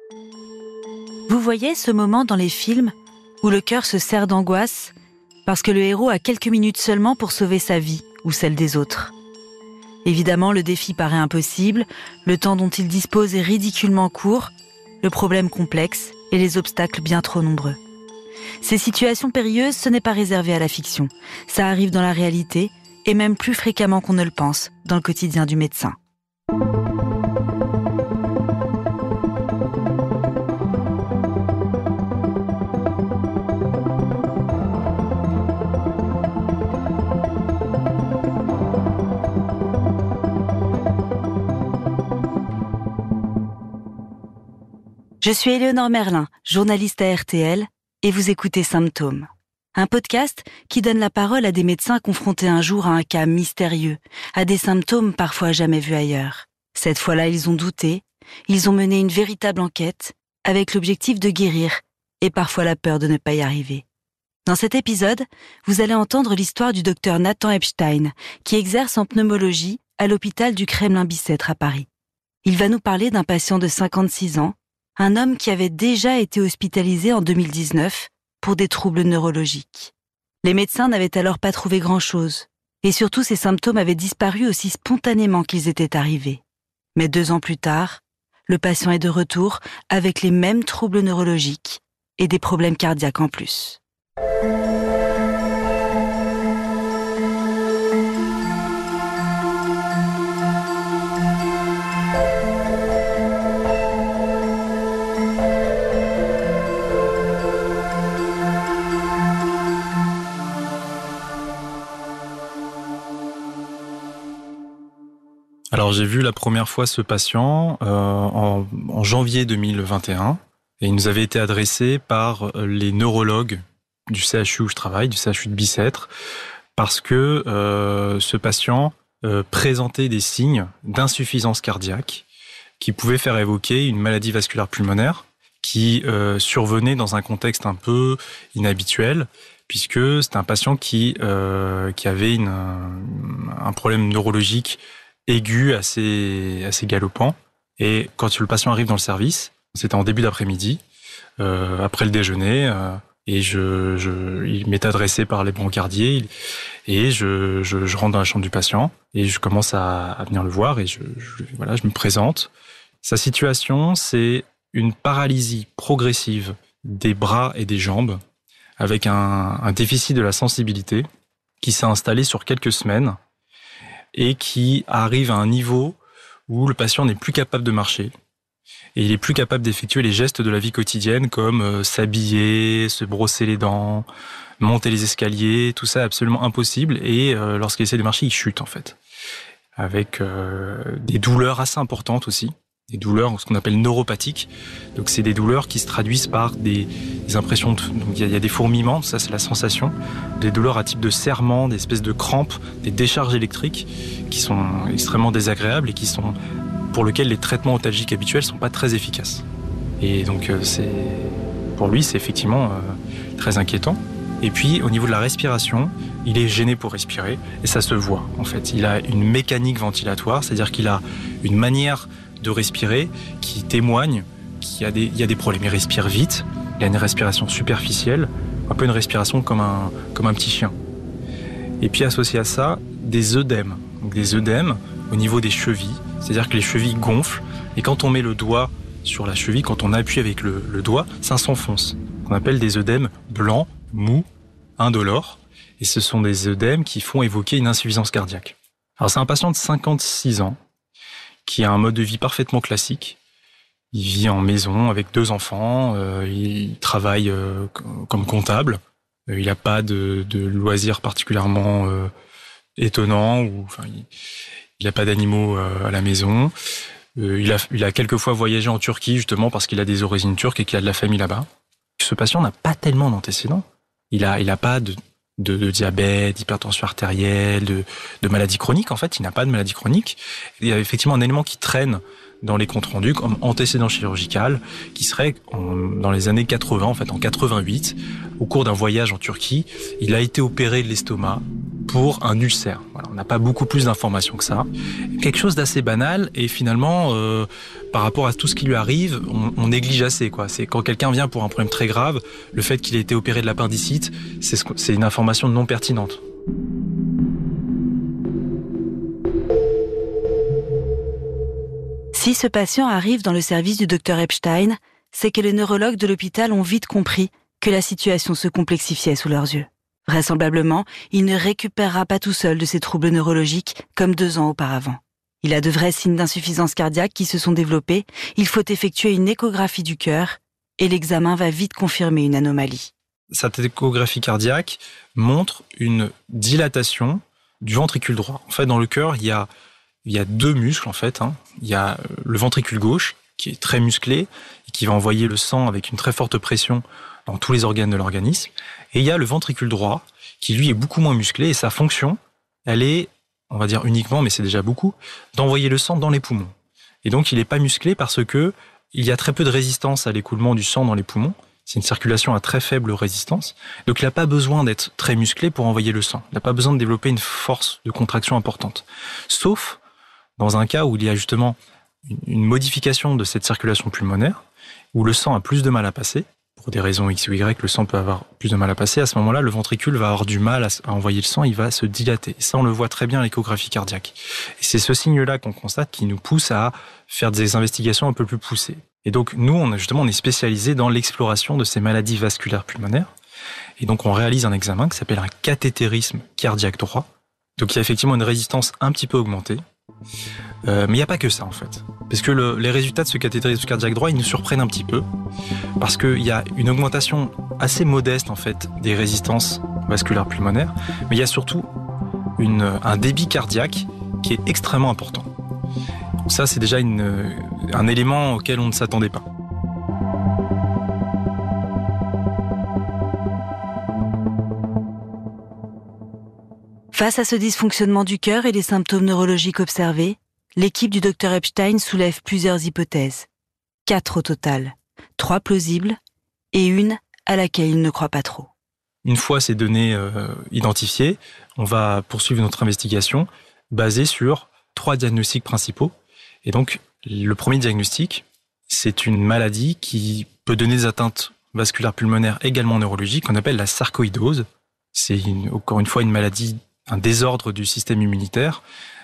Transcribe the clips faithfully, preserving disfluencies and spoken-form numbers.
Vous voyez ce moment dans les films où le cœur se serre d'angoisse parce que le héros a quelques minutes seulement pour sauver sa vie ou celle des autres. Évidemment, le défi paraît impossible, le temps dont il dispose est ridiculement court, le problème complexe et les obstacles bien trop nombreux. Ces situations périlleuses, ce n'est pas réservé à la fiction. Ça arrive dans la réalité, et même plus fréquemment qu'on ne le pense, dans le quotidien du médecin. Je suis Éléonore Merlin, journaliste à R T L, et vous écoutez Symptômes. Un podcast qui donne la parole à des médecins confrontés un jour à un cas mystérieux, à des symptômes parfois jamais vus ailleurs. Cette fois-là, ils ont douté, ils ont mené une véritable enquête, avec l'objectif de guérir, et parfois la peur de ne pas y arriver. Dans cet épisode, vous allez entendre l'histoire du docteur Nathan Epstein, qui exerce en pneumologie à l'hôpital du Kremlin-Bicêtre à Paris. Il va nous parler d'un patient de cinquante-six ans, un homme qui avait déjà été hospitalisé en deux mille dix-neuf pour des troubles neurologiques. Les médecins n'avaient alors pas trouvé grand-chose, et surtout ces symptômes avaient disparu aussi spontanément qu'ils étaient arrivés. Mais deux ans plus tard, le patient est de retour avec les mêmes troubles neurologiques et des problèmes cardiaques en plus. Alors j'ai vu la première fois ce patient euh, en, en janvier deux mille vingt et un et il nous avait été adressé par les neurologues du C H U où je travaille, du C H U de Bicêtre, parce que euh, ce patient euh, présentait des signes d'insuffisance cardiaque qui pouvaient faire évoquer une maladie vasculaire pulmonaire qui euh, survenait dans un contexte un peu inhabituel, puisque c'était un patient qui, euh, qui avait une, un problème neurologique aigu, assez, assez galopant. Et quand le patient arrive dans le service, c'était en début d'après-midi, euh, après le déjeuner, euh, et je, je, il m'est adressé par les brancardiers, et je, je, je rentre dans la chambre du patient, et je commence à, à venir le voir, et je, je, voilà, je me présente. Sa situation, c'est une paralysie progressive des bras et des jambes, avec un, un déficit de la sensibilité qui s'est installé sur quelques semaines, et qui arrive à un niveau où le patient n'est plus capable de marcher et il est plus capable d'effectuer les gestes de la vie quotidienne comme euh, s'habiller, se brosser les dents, monter les escaliers, tout ça est absolument impossible et euh, lorsqu'il essaie de marcher, il chute en fait. Avec euh, des douleurs assez importantes aussi, des douleurs ce qu'on appelle neuropathiques. Donc c'est des douleurs qui se traduisent par des, des impressions, de, donc il y, y a des fourmillements, ça c'est la sensation, des douleurs à type de serrement, des espèces de crampes, des décharges électriques qui sont extrêmement désagréables et qui sont pour lesquels les traitements otalgiques habituels sont pas très efficaces. Et donc euh, c'est pour lui c'est effectivement euh, très inquiétant. Et puis au niveau de la respiration, il est gêné pour respirer et ça se voit en fait. Il a une mécanique ventilatoire, c'est-à-dire qu'il a une manière de respirer qui témoigne qu'il y a des, il y a des problèmes. Il respire vite, il a une respiration superficielle, un peu une respiration comme un, comme un petit chien. Et puis associé à ça, des œdèmes. Donc des œdèmes au niveau des chevilles, c'est-à-dire que les chevilles gonflent et quand on met le doigt sur la cheville, quand on appuie avec le, le doigt, ça s'enfonce. On appelle des œdèmes blancs, mous, indolores. Et ce sont des œdèmes qui font évoquer une insuffisance cardiaque. Alors c'est un patient de cinquante-six ans qui a un mode de vie parfaitement classique. Il vit en maison avec deux enfants, euh, il travaille euh, comme comptable, euh, il n'a pas de, de loisirs particulièrement euh, étonnants, ou, enfin, il n'a pas d'animaux euh, à la maison. Euh, il, a, il a quelquefois voyagé en Turquie justement parce qu'il a des origines turques et qu'il a de la famille là-bas. Ce patient n'a pas tellement d'antécédents. Il a, il a pas de, de, de diabète, d'hypertension artérielle, de, de maladie chronique. En fait, il n'a pas de maladie chronique. Il y a effectivement un élément qui traîne dans les comptes rendus comme antécédent chirurgical qui serait en, dans les années quatre-vingts, en fait en quatre-vingt-huit, au cours d'un voyage en Turquie, il a été opéré de l'estomac pour un ulcère. Voilà, on n'a pas beaucoup plus d'informations que ça. Quelque chose d'assez banal et finalement euh, par rapport à tout ce qui lui arrive, on, on néglige assez, quoi. C'est quand quelqu'un vient pour un problème très grave, le fait qu'il ait été opéré de l'appendicite, c'est, ce, c'est une information non pertinente. Si ce patient arrive dans le service du docteur Epstein, c'est que les neurologues de l'hôpital ont vite compris que la situation se complexifiait sous leurs yeux. Vraisemblablement, il ne récupérera pas tout seul de ses troubles neurologiques comme deux ans auparavant. Il a de vrais signes d'insuffisance cardiaque qui se sont développés, il faut effectuer une échographie du cœur et l'examen va vite confirmer une anomalie. Cette échographie cardiaque montre une dilatation du ventricule droit. En fait, dans le cœur, il y a, il y a deux muscles, en fait. Hein. Il y a le ventricule gauche, qui est très musclé, et qui va envoyer le sang avec une très forte pression dans tous les organes de l'organisme. Et il y a le ventricule droit, qui lui est beaucoup moins musclé, et sa fonction, elle est, on va dire uniquement, mais c'est déjà beaucoup, d'envoyer le sang dans les poumons. Et donc, il n'est pas musclé parce que il y a très peu de résistance à l'écoulement du sang dans les poumons. C'est une circulation à très faible résistance. Donc, il n'a pas besoin d'être très musclé pour envoyer le sang. Il n'a pas besoin de développer une force de contraction importante. Sauf dans un cas où il y a justement une modification de cette circulation pulmonaire, où le sang a plus de mal à passer. Pour des raisons X ou Y, le sang peut avoir plus de mal à passer. À ce moment-là, le ventricule va avoir du mal à envoyer le sang, il va se dilater. Et ça, on le voit très bien à l'échographie cardiaque. Et c'est ce signe-là qu'on constate qui nous pousse à faire des investigations un peu plus poussées. Et donc, nous, on a justement, on est spécialisé dans l'exploration de ces maladies vasculaires pulmonaires. Et donc, on réalise un examen qui s'appelle un cathétérisme cardiaque droit. Donc, il y a effectivement une résistance un petit peu augmentée. Euh, mais il n'y a pas que ça, en fait. Parce que le, les résultats de ce cathétérisme cardiaque droit, ils nous surprennent un petit peu. Parce qu'il y a une augmentation assez modeste, en fait, des résistances vasculaires pulmonaires. Mais il y a surtout une, un débit cardiaque qui est extrêmement important. Donc ça, c'est déjà une, un élément auquel on ne s'attendait pas. Face à ce dysfonctionnement du cœur et les symptômes neurologiques observés, l'équipe du docteur Epstein soulève plusieurs hypothèses. Quatre au total, trois plausibles et une à laquelle il ne croit pas trop. Une fois ces données euh, identifiées, on va poursuivre notre investigation basée sur trois diagnostics principaux. Et donc, le premier diagnostic, c'est une maladie qui peut donner des atteintes vasculaires pulmonaires également neurologiques, qu'on appelle la sarcoïdose. C'est une, encore une fois une maladie, un désordre du système immunitaire.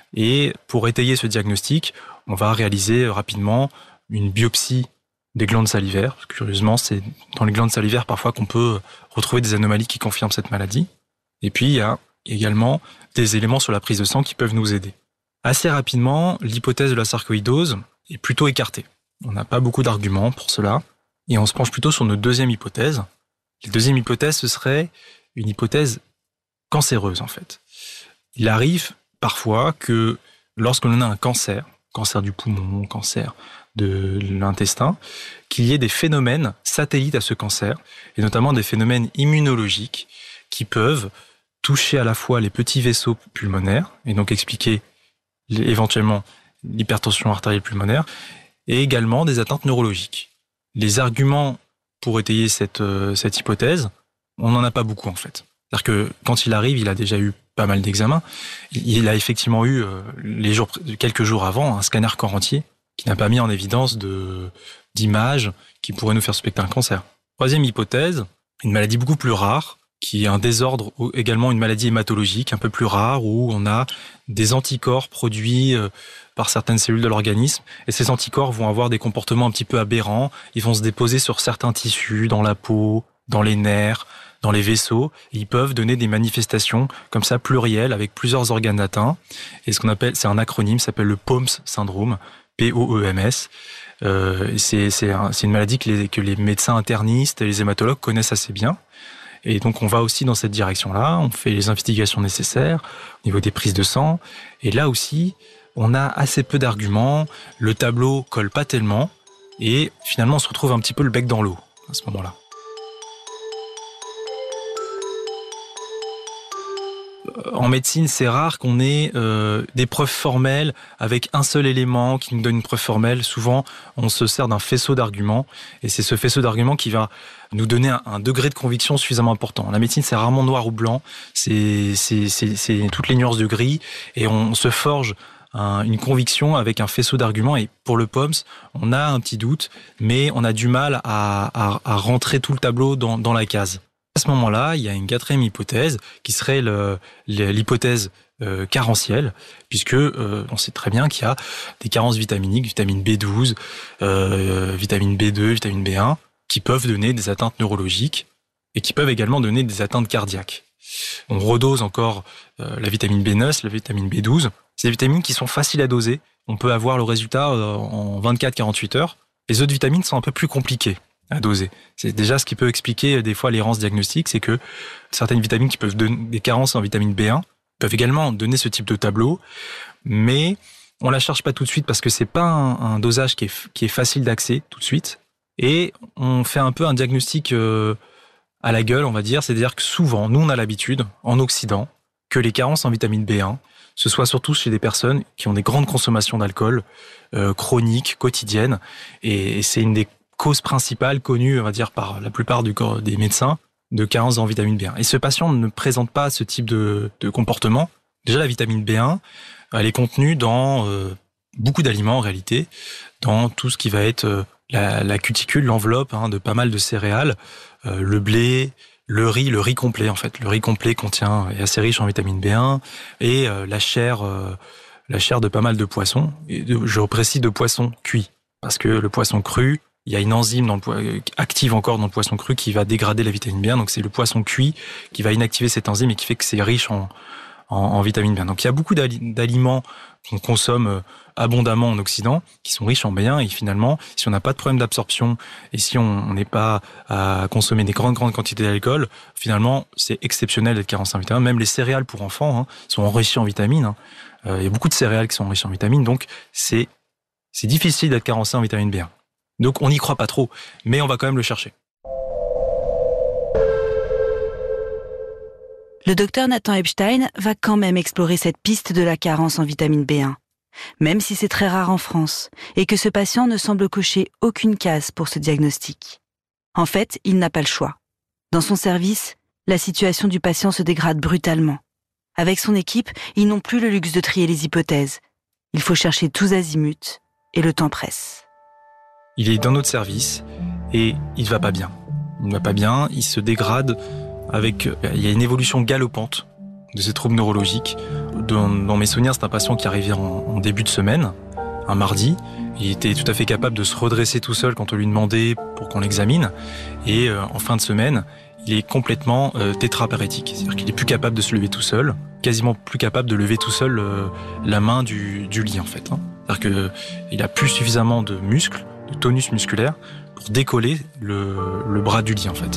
Et pour étayer ce diagnostic, on va réaliser rapidement une biopsie des glandes salivaires. Curieusement, c'est dans les glandes salivaires parfois qu'on peut retrouver des anomalies qui confirment cette maladie. Et puis, il y a également des éléments sur la prise de sang qui peuvent nous aider. Assez rapidement, l'hypothèse de la sarcoïdose est plutôt écartée. On n'a pas beaucoup d'arguments pour cela. Et on se penche plutôt sur notre deuxième hypothèse. La deuxième hypothèse, ce serait une hypothèse cancéreuse, en fait. Il arrive parfois que lorsque l'on a un cancer, cancer du poumon, cancer de l'intestin, qu'il y ait des phénomènes satellites à ce cancer, et notamment des phénomènes immunologiques qui peuvent toucher à la fois les petits vaisseaux pulmonaires, et donc expliquer éventuellement l'hypertension artérielle pulmonaire, et également des atteintes neurologiques. Les arguments pour étayer cette, euh, cette hypothèse, on n'en a pas beaucoup en fait. C'est-à-dire que quand il arrive, il a déjà eu pas mal d'examens. Il a effectivement eu, euh, les jours, quelques jours avant, un scanner corps entier qui n'a pas mis en évidence de, d'images qui pourraient nous faire suspecter un cancer. Troisième hypothèse, une maladie beaucoup plus rare, qui est un désordre, ou également une maladie hématologique un peu plus rare, où on a des anticorps produits euh, par certaines cellules de l'organisme, et ces anticorps vont avoir des comportements un petit peu aberrants, ils vont se déposer sur certains tissus, dans la peau, dans les nerfs, dans les vaisseaux, et ils peuvent donner des manifestations comme ça plurielles avec plusieurs organes atteints. Et ce qu'on appelle, c'est un acronyme, ça s'appelle le P O M S syndrome, P O E M S. Euh, c'est, c'est, un, c'est une maladie que les, que les médecins internistes et les hématologues connaissent assez bien. Et donc on va aussi dans cette direction-là, on fait les investigations nécessaires au niveau des prises de sang. Et là aussi, on a assez peu d'arguments, le tableau colle pas tellement, et finalement on se retrouve un petit peu le bec dans l'eau à ce moment-là. En médecine, c'est rare qu'on ait euh, des preuves formelles avec un seul élément qui nous donne une preuve formelle. Souvent, on se sert d'un faisceau d'arguments et c'est ce faisceau d'arguments qui va nous donner un, un degré de conviction suffisamment important. La médecine, c'est rarement noir ou blanc, c'est, c'est, c'est, c'est toutes les nuances de gris et on se forge un, une conviction avec un faisceau d'arguments. Et pour le P O M S, on a un petit doute, mais on a du mal à, à, à rentrer tout le tableau dans, dans la case. À ce moment-là, il y a une quatrième hypothèse qui serait le, l'hypothèse euh, carentielle, puisque euh, on sait très bien qu'il y a des carences vitaminiques, vitamine B douze, euh, vitamine B deux, vitamine B un, qui peuvent donner des atteintes neurologiques et qui peuvent également donner des atteintes cardiaques. On redose encore euh, la vitamine B neuf, la vitamine B douze. C'est des vitamines qui sont faciles à doser. On peut avoir le résultat euh, en vingt-quatre à quarante-huit heures. Les autres vitamines sont un peu plus compliquées à doser. C'est déjà ce qui peut expliquer des fois l'errance diagnostique, c'est que certaines vitamines qui peuvent donner des carences en vitamine B un peuvent également donner ce type de tableau, mais on la cherche pas tout de suite parce que c'est pas un, un dosage qui est, qui est facile d'accès tout de suite, et on fait un peu un diagnostic euh, à la gueule, on va dire, c'est-à-dire que souvent, nous on a l'habitude, en Occident, que les carences en vitamine B un, ce soit surtout chez des personnes qui ont des grandes consommations d'alcool, euh, chroniques, quotidiennes, et, et c'est une des cause principale connue, on va dire, par la plupart du corps des médecins, de carence en vitamine B un. Et ce patient ne présente pas ce type de, de comportement. Déjà, la vitamine B un, elle est contenue dans euh, beaucoup d'aliments en réalité, dans tout ce qui va être euh, la, la cuticule, l'enveloppe hein, de pas mal de céréales, euh, le blé, le riz, le riz complet en fait. Le riz complet contient, est assez riche en vitamine B un, et euh, la chair, euh, la chair de pas mal de poissons. Et de, je précise de poissons cuits, parce que le poisson cru, il y a une enzyme dans le, active encore dans le poisson cru qui va dégrader la vitamine B un. Donc c'est le poisson cuit qui va inactiver cette enzyme et qui fait que c'est riche en, en, en vitamine B un. Donc il y a beaucoup d'aliments qu'on consomme abondamment en Occident qui sont riches en B un, et finalement, si on n'a pas de problème d'absorption et si on n'est pas à consommer des grandes grandes quantités d'alcool, finalement c'est exceptionnel d'être carencé en vitamine. Même les céréales pour enfants hein, sont enrichies en vitamines. Hein. Euh, il y a beaucoup de céréales qui sont enrichies en vitamines, donc c'est c'est difficile d'être carencé en vitamine B un. Donc on n'y croit pas trop, mais on va quand même le chercher. Le docteur Nathan Epstein va quand même explorer cette piste de la carence en vitamine B un, même si c'est très rare en France, et que ce patient ne semble cocher aucune case pour ce diagnostic. En fait, il n'a pas le choix. Dans son service, la situation du patient se dégrade brutalement. Avec son équipe, ils n'ont plus le luxe de trier les hypothèses. Il faut chercher tous azimuts, et le temps presse. Il est dans notre service et il ne va pas bien. Il ne va pas bien, il se dégrade avec... Il y a une évolution galopante de ces troubles neurologiques. Dans, dans mes souvenirs, c'est un patient qui arrivait en, en début de semaine, un mardi. Il était tout à fait capable de se redresser tout seul quand on lui demandait pour qu'on l'examine. Et euh, en fin de semaine, il est complètement euh, tétraparétique. C'est-à-dire qu'il est plus capable de se lever tout seul, quasiment plus capable de lever tout seul euh, la main du, du lit en fait. Hein. C'est-à-dire qu'il a plus suffisamment de muscles, de tonus musculaire pour décoller le, le bras du lit en fait.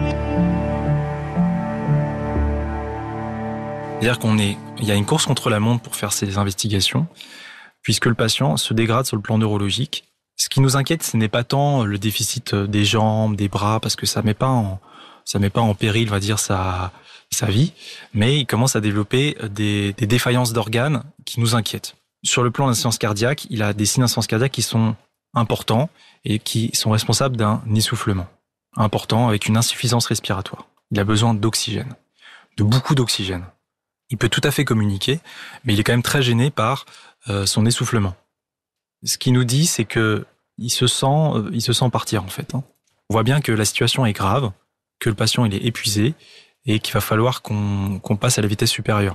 C'est-à-dire qu'on est, il y a une course contre la montre pour faire ces investigations, puisque le patient se dégrade sur le plan neurologique. Ce qui nous inquiète, ce n'est pas tant le déficit des jambes, des bras, parce que ça met pas en, ça met pas en péril, on va dire, sa, sa vie, mais il commence à développer des, des défaillances d'organes qui nous inquiètent. Sur le plan d'insuffisance cardiaque, il a des signes d'insuffisance cardiaque qui sont importants et qui sont responsables d'un essoufflement important avec une insuffisance respiratoire. Il a besoin d'oxygène, de beaucoup d'oxygène. Il peut tout à fait communiquer, mais il est quand même très gêné par euh, son essoufflement. Ce qu'il nous dit, c'est que il se sent, euh, il se sent partir en fait. Hein. On voit bien que la situation est grave, que le patient il est épuisé et qu'il va falloir qu'on, qu'on passe à la vitesse supérieure.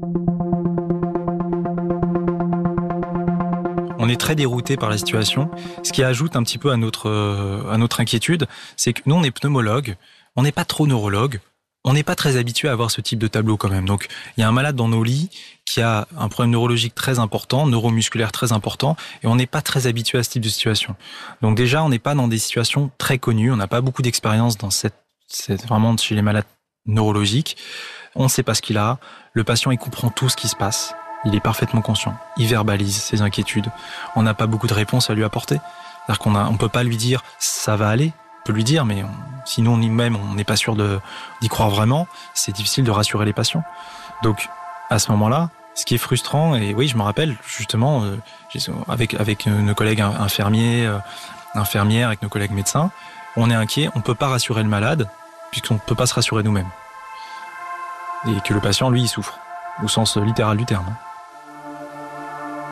On est très dérouté par la situation, ce qui ajoute un petit peu à notre, euh, à notre inquiétude, c'est que nous on est pneumologue, on n'est pas trop neurologue, on n'est pas très habitué à avoir ce type de tableau quand même. Donc il y a un malade dans nos lits qui a un problème neurologique très important, neuromusculaire très important, et on n'est pas très habitué à ce type de situation. Donc déjà on n'est pas dans des situations très connues, on n'a pas beaucoup d'expérience dans cette, cette vraiment chez les malades neurologiques. On ne sait pas ce qu'il a, le patient il comprend tout ce qui se passe. Il est parfaitement conscient. Il verbalise ses inquiétudes. On n'a pas beaucoup de réponses à lui apporter. C'est-à-dire qu'on a, on peut pas lui dire ça va aller. On peut lui dire, mais on, sinon nous-mêmes on n'est pas sûr de, d'y croire vraiment. C'est difficile de rassurer les patients. Donc à ce moment-là, ce qui est frustrant, et oui, je me rappelle justement euh, avec avec nos collègues infirmiers, euh, infirmières, avec nos collègues médecins, on est inquiet. On peut pas rassurer le malade puisqu'on ne peut pas se rassurer nous-mêmes. Et que le patient, lui, il souffre au sens littéral du terme.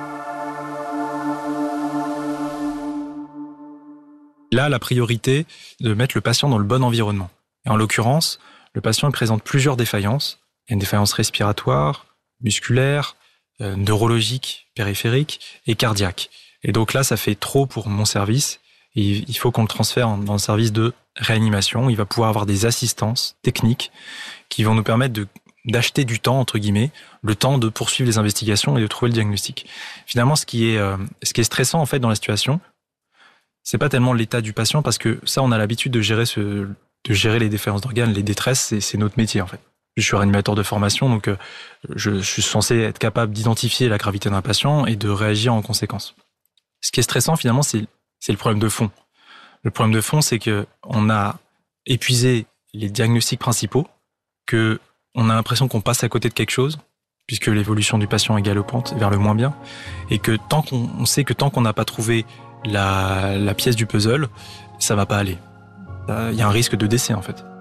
là la priorité de mettre le patient dans le bon environnement. Et en l'occurrence, le patient présente plusieurs défaillances. Il y a une défaillance respiratoire, musculaire, euh, neurologique, périphérique et cardiaque. Et donc là, ça fait trop pour mon service. Et il faut qu'on le transfère dans le service de réanimation. Il va pouvoir avoir des assistances techniques qui vont nous permettre de, d'acheter du temps, entre guillemets, le temps de poursuivre les investigations et de trouver le diagnostic. Finalement, ce qui est, euh, ce qui est stressant en fait dans la situation, c'est pas tellement l'état du patient, parce que ça, on a l'habitude de gérer ce, de gérer les défaillances d'organes, les détresses, c'est, c'est notre métier en fait. Je suis réanimateur de formation, donc euh, je, je suis censé être capable d'identifier la gravité d'un patient et de réagir en conséquence. Ce qui est stressant finalement, c'est C'est le problème de fond. Le problème de fond, c'est que on a épuisé les diagnostics principaux, que on a l'impression qu'on passe à côté de quelque chose, puisque l'évolution du patient est galopante vers le moins bien, et que tant qu'on on sait que tant qu'on n'a pas trouvé la, la pièce du puzzle, ça va pas aller. Il y a un risque de décès en fait.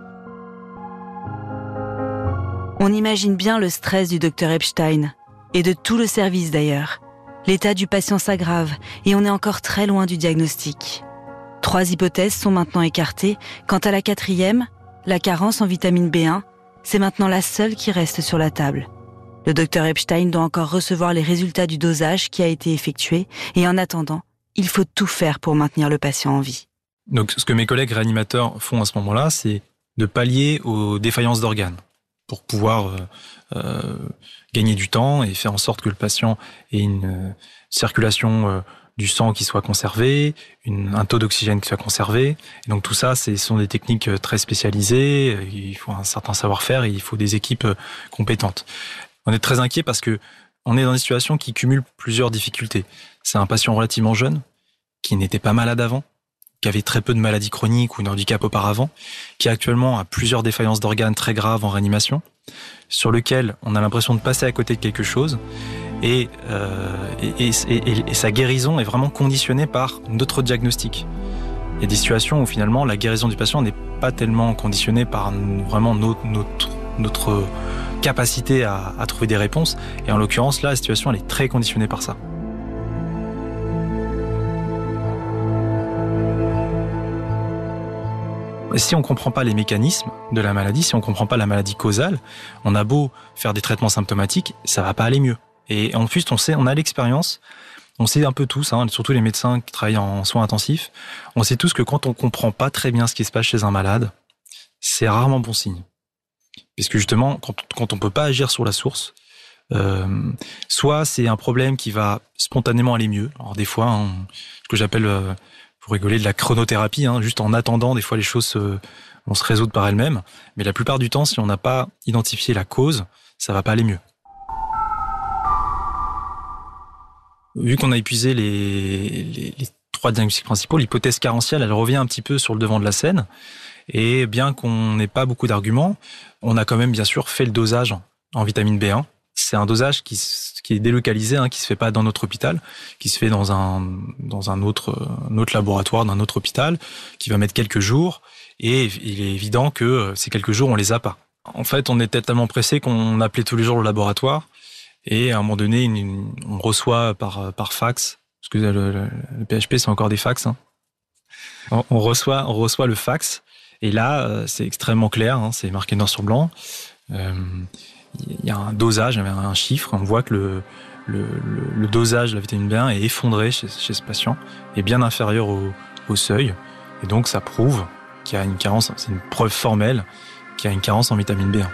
On imagine bien le stress du docteur Epstein, et de tout le service d'ailleurs. L'état du patient s'aggrave et on est encore très loin du diagnostic. Trois hypothèses sont maintenant écartées. Quant à la quatrième, la carence en vitamine B un, c'est maintenant la seule qui reste sur la table. Le docteur Epstein doit encore recevoir les résultats du dosage qui a été effectué et en attendant, il faut tout faire pour maintenir le patient en vie. Donc ce que mes collègues réanimateurs font à ce moment-là, c'est de pallier aux défaillances d'organes pour pouvoir euh, euh, gagner du temps et faire en sorte que le patient ait une euh, circulation euh, du sang qui soit conservée, une, un taux d'oxygène qui soit conservé. Et donc tout ça, ce sont des techniques très spécialisées, il faut un certain savoir-faire et il faut des équipes compétentes. On est très inquiet parce que on est dans une situation qui cumule plusieurs difficultés. C'est un patient relativement jeune, qui n'était pas malade avant, qui avait très peu de maladies chroniques ou de handicap auparavant, qui actuellement a plusieurs défaillances d'organes très graves en réanimation, sur lequel on a l'impression de passer à côté de quelque chose, et, euh, et, et, et, et sa guérison est vraiment conditionnée par notre diagnostic. Il y a des situations où finalement la guérison du patient n'est pas tellement conditionnée par vraiment notre, notre, notre capacité à, à trouver des réponses, et en l'occurrence là, la situation elle est très conditionnée par ça. Si on ne comprend pas les mécanismes de la maladie, si on ne comprend pas la maladie causale, on a beau faire des traitements symptomatiques, ça ne va pas aller mieux. Et en plus, on sait, on a l'expérience, on sait un peu tous, hein, surtout les médecins qui travaillent en soins intensifs, on sait tous que quand on ne comprend pas très bien ce qui se passe chez un malade, c'est rarement bon signe. Puisque justement, quand, quand on ne peut pas agir sur la source, euh, soit c'est un problème qui va spontanément aller mieux. Alors des fois, hein, ce que j'appelle... Euh, pour rigoler de la chronothérapie, hein, juste en attendant, des fois les choses se, vont se résoudre par elles-mêmes. Mais la plupart du temps, si on n'a pas identifié la cause, ça va pas aller mieux. Vu qu'on a épuisé les, les, les trois diagnostics principaux, l'hypothèse carentielle, elle revient un petit peu sur le devant de la scène. Et bien qu'on n'ait pas beaucoup d'arguments, on a quand même bien sûr fait le dosage en vitamine B un. C'est un dosage qui, qui est délocalisé, hein, qui se fait pas dans notre hôpital, qui se fait dans un dans un autre un autre laboratoire d'un autre hôpital, qui va mettre quelques jours. Et il est évident que ces quelques jours on les a pas. En fait, on était tellement pressé qu'on appelait tous les jours le laboratoire. Et à un moment donné, une, on reçoit par par fax, parce que le, le, le P H P c'est encore des fax. Hein. On, on reçoit on reçoit le fax. Et là, c'est extrêmement clair, hein, c'est marqué noir sur blanc. Euh, Il y a un dosage, un chiffre, on voit que le, le, le dosage de la vitamine B un est effondré chez, chez ce patient, est bien inférieur au, au seuil, et donc ça prouve qu'il y a une carence, c'est une preuve formelle qu'il y a une carence en vitamine B un.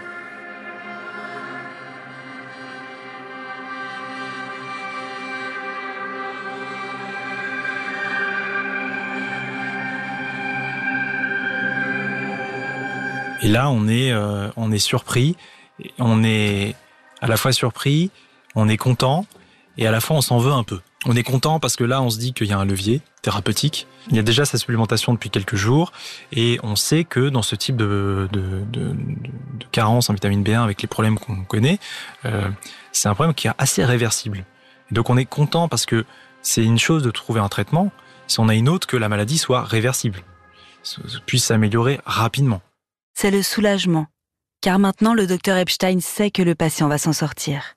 Et là, on est, euh, on est surpris. On est à la fois surpris, on est content et à la fois on s'en veut un peu. On est content parce que là on se dit qu'il y a un levier thérapeutique. Il y a déjà sa supplémentation depuis quelques jours et on sait que dans ce type de, de, de, de carence en vitamine B un avec les problèmes qu'on connaît, euh, c'est un problème qui est assez réversible. Et donc on est content parce que c'est une chose de trouver un traitement, si on a une autre que la maladie soit réversible, puisse s'améliorer rapidement. C'est le soulagement. Car maintenant, le docteur Epstein sait que le patient va s'en sortir.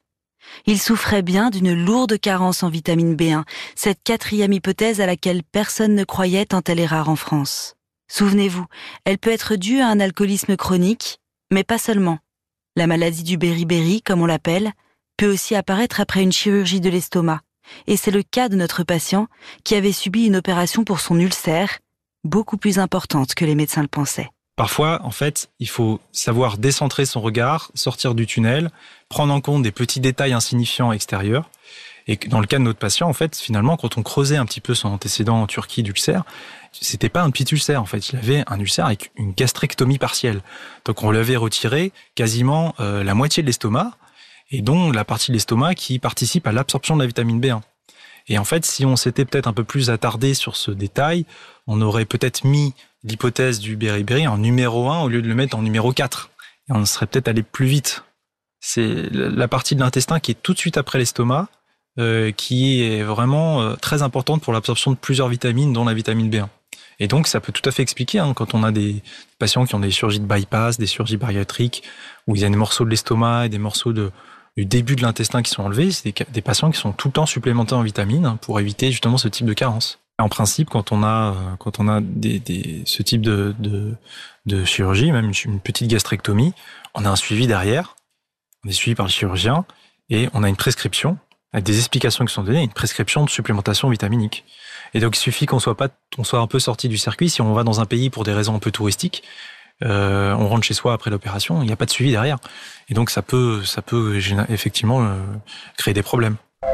Il souffrait bien d'une lourde carence en vitamine B un, cette quatrième hypothèse à laquelle personne ne croyait tant elle est rare en France. Souvenez-vous, elle peut être due à un alcoolisme chronique, mais pas seulement. La maladie du beriberi, comme on l'appelle, peut aussi apparaître après une chirurgie de l'estomac. Et c'est le cas de notre patient qui avait subi une opération pour son ulcère, beaucoup plus importante que les médecins le pensaient. Parfois, en fait, il faut savoir décentrer son regard, sortir du tunnel, prendre en compte des petits détails insignifiants extérieurs. Et dans le cas de notre patient, en fait, finalement, quand on creusait un petit peu son antécédent en Turquie d'ulcère, c'était pas un petit ulcère, en fait. Il avait un ulcère avec une gastrectomie partielle. Donc, on lui avait retiré quasiment euh, la moitié de l'estomac, et dont la partie de l'estomac qui participe à l'absorption de la vitamine B un. Et en fait, si on s'était peut-être un peu plus attardé sur ce détail, on aurait peut-être mis l'hypothèse du beriberi en numéro un au lieu de le mettre en numéro quatre. Et on serait peut-être allé plus vite. C'est la partie de l'intestin qui est tout de suite après l'estomac, euh, qui est vraiment euh, très importante pour l'absorption de plusieurs vitamines, dont la vitamine B un. Et donc, ça peut tout à fait expliquer, hein, quand on a des patients qui ont des chirurgies de bypass, des chirurgies bariatriques, où il y a des morceaux de l'estomac et des morceaux de, du début de l'intestin qui sont enlevés, c'est des, des patients qui sont tout le temps supplémentés en vitamines, hein, pour éviter justement ce type de carence. En principe, quand on a, quand on a des, des, ce type de, de, de chirurgie, même une petite gastrectomie, on a un suivi derrière, on est suivi par le chirurgien, et on a une prescription, avec des explications qui sont données, une prescription de supplémentation vitaminique. Et donc, il suffit qu'on soit pas, on soit un peu sorti du circuit. Si on va dans un pays pour des raisons un peu touristiques, euh, on rentre chez soi après l'opération, il n'y a pas de suivi derrière. Et donc, ça peut, ça peut effectivement euh, créer des problèmes.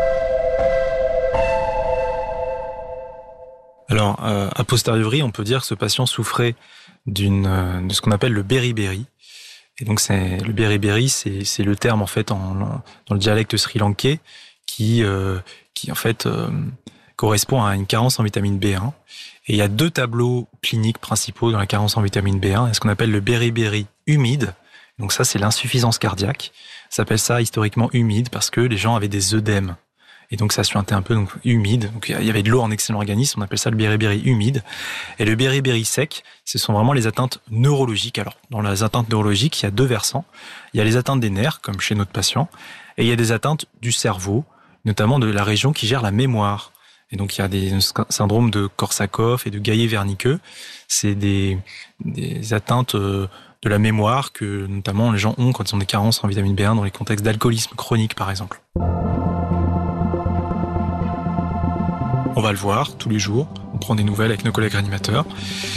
Alors, euh, a posteriori, on peut dire que ce patient souffrait d'une, euh, de ce qu'on appelle le beriberi. Et donc, c'est, le beriberi, c'est, c'est le terme, en fait, en, dans le dialecte sri-lankais, qui, euh, qui, en fait, euh, correspond à une carence en vitamine B un. Et il y a deux tableaux cliniques principaux dans la carence en vitamine B un. Il y a ce qu'on appelle le beriberi humide. Donc ça, c'est l'insuffisance cardiaque. Ça s'appelle ça historiquement humide parce que les gens avaient des œdèmes. Et donc ça suintait un peu, donc humide. Donc il y avait de l'eau en excès d'organisme, on appelle ça le beriberi humide. Et le beriberi sec, ce sont vraiment les atteintes neurologiques. Alors dans les atteintes neurologiques, il y a deux versants. Il y a les atteintes des nerfs, comme chez notre patient, et il y a des atteintes du cerveau, notamment de la région qui gère la mémoire. Et donc il y a des syndromes de Korsakoff et de Gaillet-Wernicke. C'est des, des atteintes de la mémoire que notamment les gens ont quand ils ont des carences en vitamine B un dans les contextes d'alcoolisme chronique par exemple. On va le voir tous les jours, on prend des nouvelles avec nos collègues réanimateurs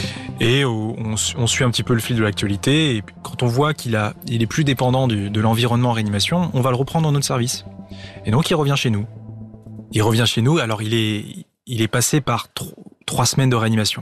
et on, on suit un petit peu le fil de l'actualité. Et quand on voit qu'il a, il est plus dépendant du, de l'environnement en réanimation, on va le reprendre dans notre service. Et donc il revient chez nous. Il revient chez nous, alors il est, il est passé par tro- trois semaines de réanimation.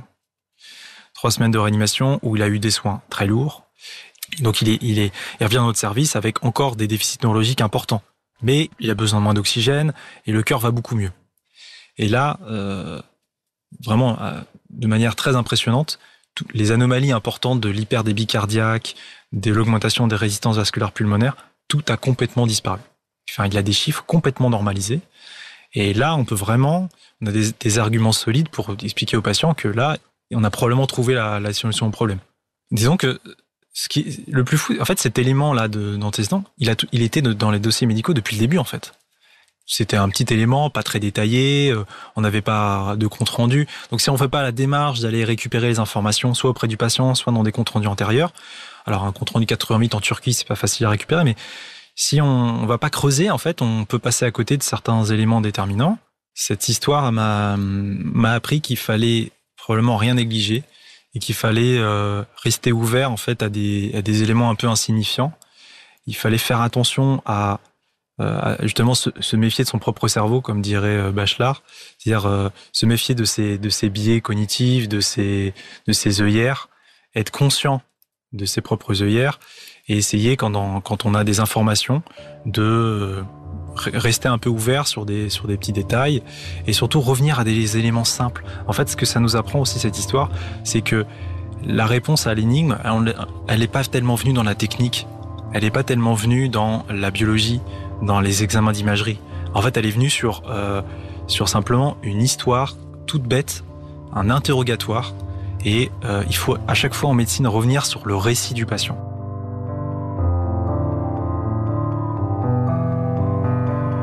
Trois semaines de réanimation où il a eu des soins très lourds. Donc il est, il est, il revient dans notre service avec encore des déficits neurologiques importants. Mais il a besoin de moins d'oxygène et le cœur va beaucoup mieux. Et là, euh, vraiment, euh, de manière très impressionnante, toutes les anomalies importantes de l'hyperdébit cardiaque, de l'augmentation des résistances vasculaires pulmonaires, tout a complètement disparu. Enfin, il a des chiffres complètement normalisés. Et là, on peut vraiment, on a des, des arguments solides pour expliquer aux patients que là, on a probablement trouvé la, la solution au problème. Disons que ce qui, le plus fou, en fait, cet élément-là de, d'antécédent, il a, il était de, dans les dossiers médicaux depuis le début, en fait. C'était un petit élément, pas très détaillé, euh, on n'avait pas de compte rendu. Donc si on fait pas la démarche d'aller récupérer les informations, soit auprès du patient, soit dans des comptes rendus antérieurs. Alors un compte rendu quatre-vingt-huit en Turquie, c'est pas facile à récupérer, mais si on, on va pas creuser, en fait, on peut passer à côté de certains éléments déterminants. Cette histoire m'a, m'a appris qu'il fallait probablement rien négliger et qu'il fallait euh, rester ouvert, en fait, à des, à des éléments un peu insignifiants. Il fallait faire attention à Euh, justement se, se méfier de son propre cerveau, comme dirait euh, Bachelard, c'est-à-dire euh, se méfier de ses, de ses biais cognitifs, de ses, de ses œillères, être conscient de ses propres œillères et essayer, quand, dans, quand on a des informations, de euh, rester un peu ouvert sur des, sur des petits détails et surtout revenir à des éléments simples. En fait, ce que ça nous apprend aussi, cette histoire, c'est que la réponse à l'énigme, elle n'est pas tellement venue dans la technique, elle n'est pas tellement venue dans la biologie, dans les examens d'imagerie. En fait, elle est venue sur, euh, sur simplement une histoire toute bête, un interrogatoire, et euh, il faut à chaque fois en médecine revenir sur le récit du patient.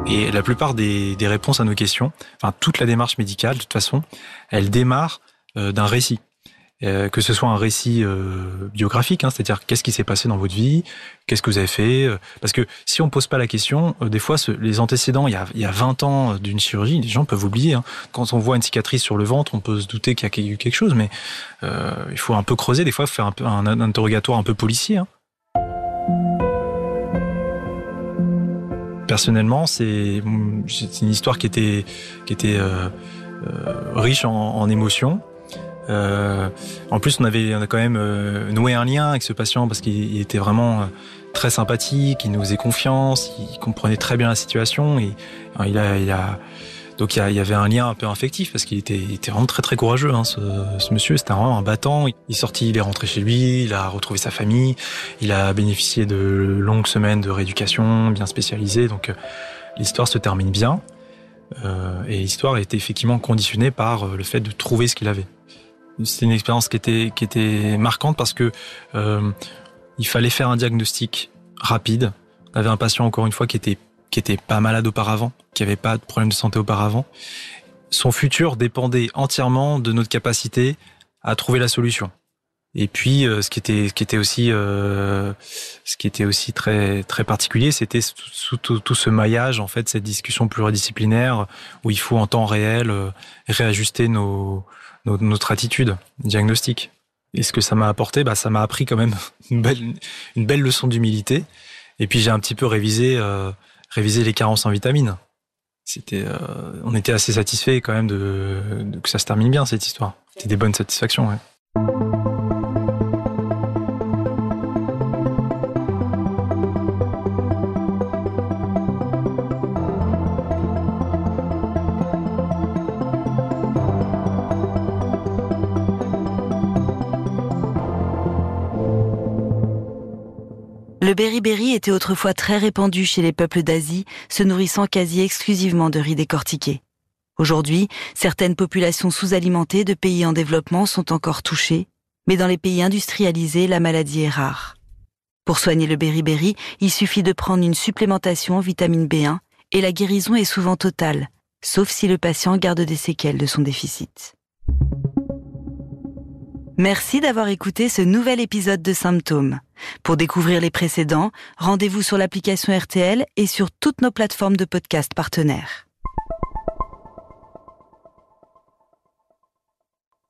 Et la plupart des, des réponses à nos questions, enfin toute la démarche médicale, de toute façon, elle démarre euh, d'un récit. Euh, que ce soit un récit euh, biographique, hein, c'est-à-dire qu'est-ce qui s'est passé dans votre vie, qu'est-ce que vous avez fait, euh, parce que si on pose pas la question, euh, des fois ce, les antécédents, il y a, il y a vingt ans d'une chirurgie, les gens peuvent oublier. Hein. Quand on voit une cicatrice sur le ventre, on peut se douter qu'il y a eu quelque chose, mais euh, il faut un peu creuser, des fois faire un peu un, un interrogatoire un peu policier. Hein. Personnellement, c'est, c'est une histoire qui était, qui était euh, euh, riche en, en émotions. Euh, en plus, on avait, on a quand même euh, noué un lien avec ce patient parce qu'il il était vraiment euh, très sympathique, il nous faisait confiance, il comprenait très bien la situation et euh, il a, il a, donc il y, a, il y avait un lien un peu affectif parce qu'il était, il était vraiment très très courageux. Hein, ce, ce monsieur, c'était vraiment un battant. Il est sorti, il est rentré chez lui, il a retrouvé sa famille, il a bénéficié de longues semaines de rééducation bien spécialisée. Donc euh, l'histoire se termine bien euh, et l'histoire a été effectivement conditionnée par le fait de trouver ce qu'il avait. C'était une expérience qui était qui était marquante parce que euh, il fallait faire un diagnostic rapide. On avait un patient encore une fois qui était qui était pas malade auparavant, qui avait pas de problème de santé auparavant. Son futur dépendait entièrement de notre capacité à trouver la solution. Et puis euh, ce qui était ce qui était aussi euh, ce qui était aussi très très particulier, c'était tout, tout, tout ce maillage en fait, cette discussion pluridisciplinaire où il faut en temps réel euh, réajuster nos notre attitude diagnostique. Et ce que ça m'a apporté, bah, ça m'a appris quand même une belle, une belle leçon d'humilité. Et puis j'ai un petit peu révisé, euh, révisé les carences en vitamines. C'était, euh, on était assez satisfaits quand même de, de que ça se termine bien cette histoire. C'était des bonnes satisfactions. Ouais. Le beriberi était autrefois très répandu chez les peuples d'Asie, se nourrissant quasi exclusivement de riz décortiqué. Aujourd'hui, certaines populations sous-alimentées de pays en développement sont encore touchées, mais dans les pays industrialisés, la maladie est rare. Pour soigner le beriberi, il suffit de prendre une supplémentation en vitamine B un et la guérison est souvent totale, sauf si le patient garde des séquelles de son déficit. Merci d'avoir écouté ce nouvel épisode de Symptômes. Pour découvrir les précédents, rendez-vous sur l'application R T L et sur toutes nos plateformes de podcast partenaires.